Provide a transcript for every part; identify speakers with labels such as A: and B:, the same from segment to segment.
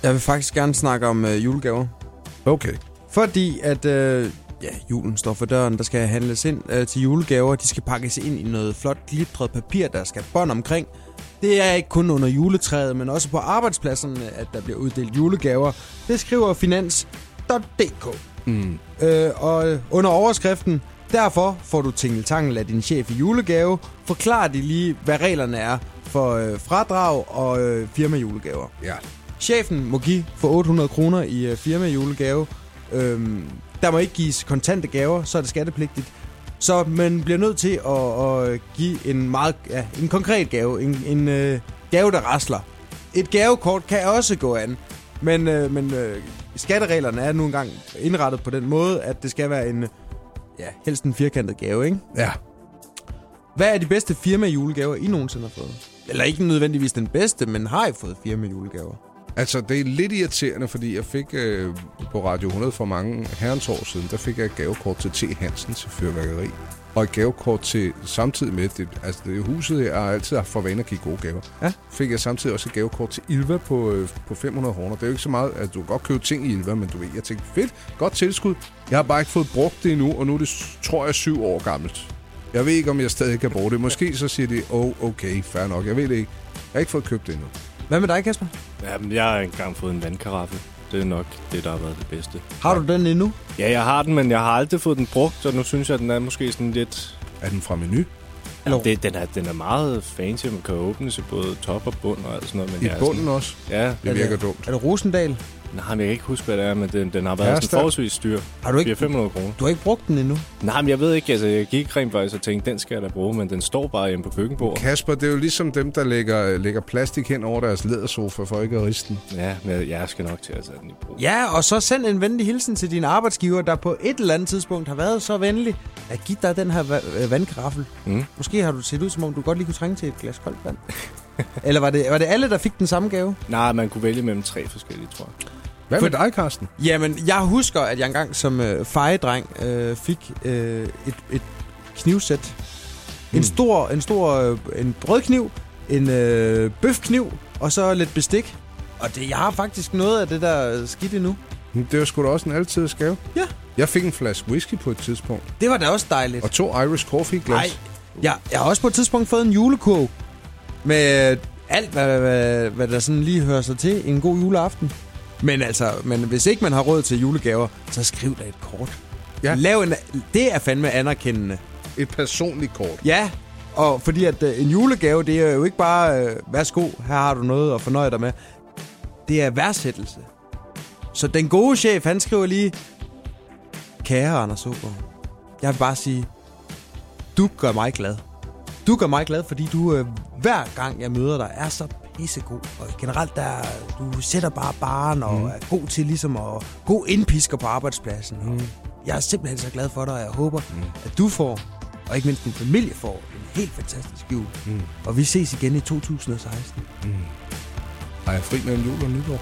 A: Jeg vil faktisk gerne snakke om julegaver.
B: Okay.
A: Fordi at julen står for døren. Der skal handles ind til julegaver. De skal pakkes ind i noget flot glitret papir, der skal bånd omkring. Det er ikke kun under juletræet, men også på arbejdspladserne, at der bliver uddelt julegaver. Det skriver finans.dk. Og under overskriften, derfor får du tingeltangel af din chef i julegave, forklarer de lige, hvad reglerne er for fradrag og firmajulegaver.
B: Ja.
A: Chefen må give for 800 kroner i firmajulegave. Der må ikke gives kontante gaver, så er det skattepligtigt. Så man bliver nødt til at give en konkret gave. En gave, der rasler. Et gavekort kan også gå an. Men skattereglerne er nu engang indrettet på den måde, at det skal være helst en firkantet gave, ikke?
B: Ja.
A: Hvad er de bedste firmajulegaver, I nogensinde har fået? Eller ikke nødvendigvis den bedste, men har I fået firmajulegaver?
B: Altså, det er lidt irriterende, fordi jeg fik på Radio 100 for mange herrens år siden, der fik jeg et gavekort til T. Hansen til fyrværkeri. Og et gavekort til samtidig med, det huset, jeg har altid haft for vane at give gode gaver. Ja. Fik jeg samtidig også et gavekort til Ilva på 500 kroner. Det er jo ikke så meget, at du kan godt købe ting i Ilva, men du ved, jeg tænkte, fedt, godt tilskud. Jeg har bare ikke fået brugt det endnu, og nu er det, tror jeg, 7 år gammelt. Jeg ved ikke, om jeg stadig kan bruge det. Måske så siger de, okay, fair nok. Jeg ved det ikke. Jeg har ikke fået købt det endnu.
A: Hvad med dig, Kasper?
C: Jamen, jeg har engang fået en vandkaraffel. Det er nok det, der har været det bedste.
A: Har du den endnu?
C: Ja, jeg har den, men jeg har aldrig fået den brugt, og nu synes jeg, at den er måske sådan lidt...
B: Er den fra Menu?
C: Den er meget fancy, man kan åbne sig både top og bund og alt sådan noget. Men
B: I bunden sådan, også?
C: Ja.
B: Det virker dumt.
A: Er det Rosendal?
C: Nej, men jeg kan ikke huske, hvad det er, men den har været sådan forholdsvis styr.
A: Har du ikke
C: 500 kroner.
A: Du har ikke brugt den endnu?
C: Nej, men jeg ved ikke. Altså, jeg gik rent faktisk og tænkte, den skal jeg da bruge, men den står bare hjemme på køkkenbordet.
B: Kasper, det er jo ligesom dem, der lægger plastik hen over deres lædersofa for ikke at riste den.
C: Ja, men jeg skal nok til at sætte den i brug.
A: Ja, og så send en venlig hilsen til din arbejdsgiver, der på et eller andet tidspunkt har været så venlig at give dig den her vandkaraffel. Måske har du set ud, som om du godt lige kunne trænge til et glas koldt vand. Eller var det alle, der fik den samme gave?
C: Nej, man kunne vælge mellem 3 forskellige, tror jeg.
B: Hvad med dig, Carsten?
A: Jamen, jeg husker, at jeg engang som fejedreng fik et knivsæt. En brødkniv, en bøfkniv og så lidt bestik. Og jeg har faktisk noget af det der skidt endnu.
B: Det var sgu da også en altid gave.
A: Ja.
B: Jeg fik en flaske whisky på et tidspunkt.
A: Det var da også dejligt.
B: Og 2 Irish coffee glas.
A: Nej, jeg har også på et tidspunkt fået en julekurv med alt, hvad der sådan lige hører sig til en god juleaften. Men hvis ikke man har råd til julegaver, så skriv da et kort.
B: Ja.
A: Det er fandme anerkendende.
B: Et personligt kort.
A: Ja, og fordi at en julegave, det er jo ikke bare, værsgo, her har du noget at fornøje dig med. Det er værdsættelse. Så den gode chef, han skriver lige, kære Anders Aagaard, jeg vil bare sige, du gør mig glad. Du gør mig glad, fordi du hver gang jeg møder dig, er så pissegod. Og generelt, du sætter bare barren og er god til ligesom at god indpisker på arbejdspladsen. Jeg er simpelthen så glad for dig, og jeg håber, at du får, og ikke mindst din familie får, en helt fantastisk jul. Og vi ses igen i 2016.
B: Har jeg fri mellem jul og nytår?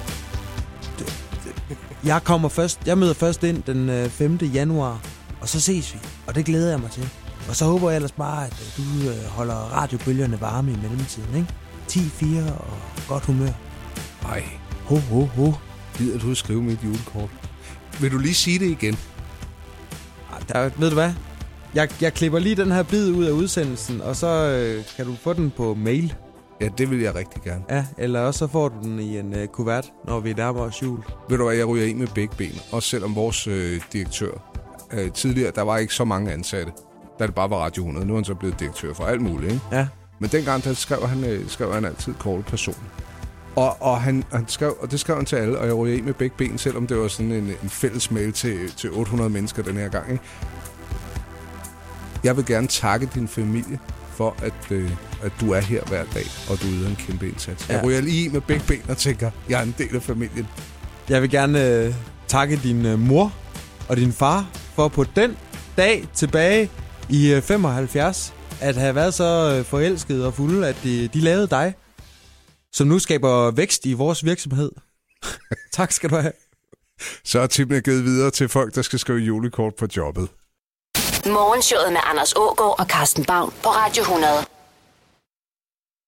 A: Jeg møder først ind den 5. januar, og så ses vi. Og det glæder jeg mig til. Og så håber jeg ellers bare, at du holder radiobølgerne varme i mellemtiden, ikke? 10-4 og godt humør.
B: Ej.
A: Ho.
B: Gider du skrive mit julekort? Vil du lige sige det igen?
A: Ved du hvad? Jeg klipper lige den her bid ud af udsendelsen, og så kan du få den på mail.
B: Ja, det vil jeg rigtig gerne.
A: Ja, eller også så får du den i en kuvert, når vi nærmer os jul.
B: Ved du hvad, jeg ryger ind med begge ben. Også selvom vores direktør tidligere, der var ikke så mange ansatte. Da det bare var Radio 100. Nu er han så blevet direktør for alt muligt, ikke? Ja. Men dengang, der skrev han altid kortet person. Og han skrev, og det skrev han til alle, og jeg ryger ind med begge ben, selvom det var sådan en fælles mail til 800 mennesker den her gang, ikke? Jeg vil gerne takke din familie for, at du er her hver dag, og du yder en kæmpe indsats. Ja. Jeg ryger lige med begge ben og tænker, jeg er en del af familien. Jeg vil gerne takke din mor og din far for på den dag tilbage i 75 at have været så forelsket og fulde, at de lavede dig, som nu skaber vækst i vores virksomhed. Tak skal du have. Så er tipene givet videre til folk, der skal skrive julekort på jobbet.
D: Morgenshowet med Anders Aagaard og Carsten Baum på Radio 100.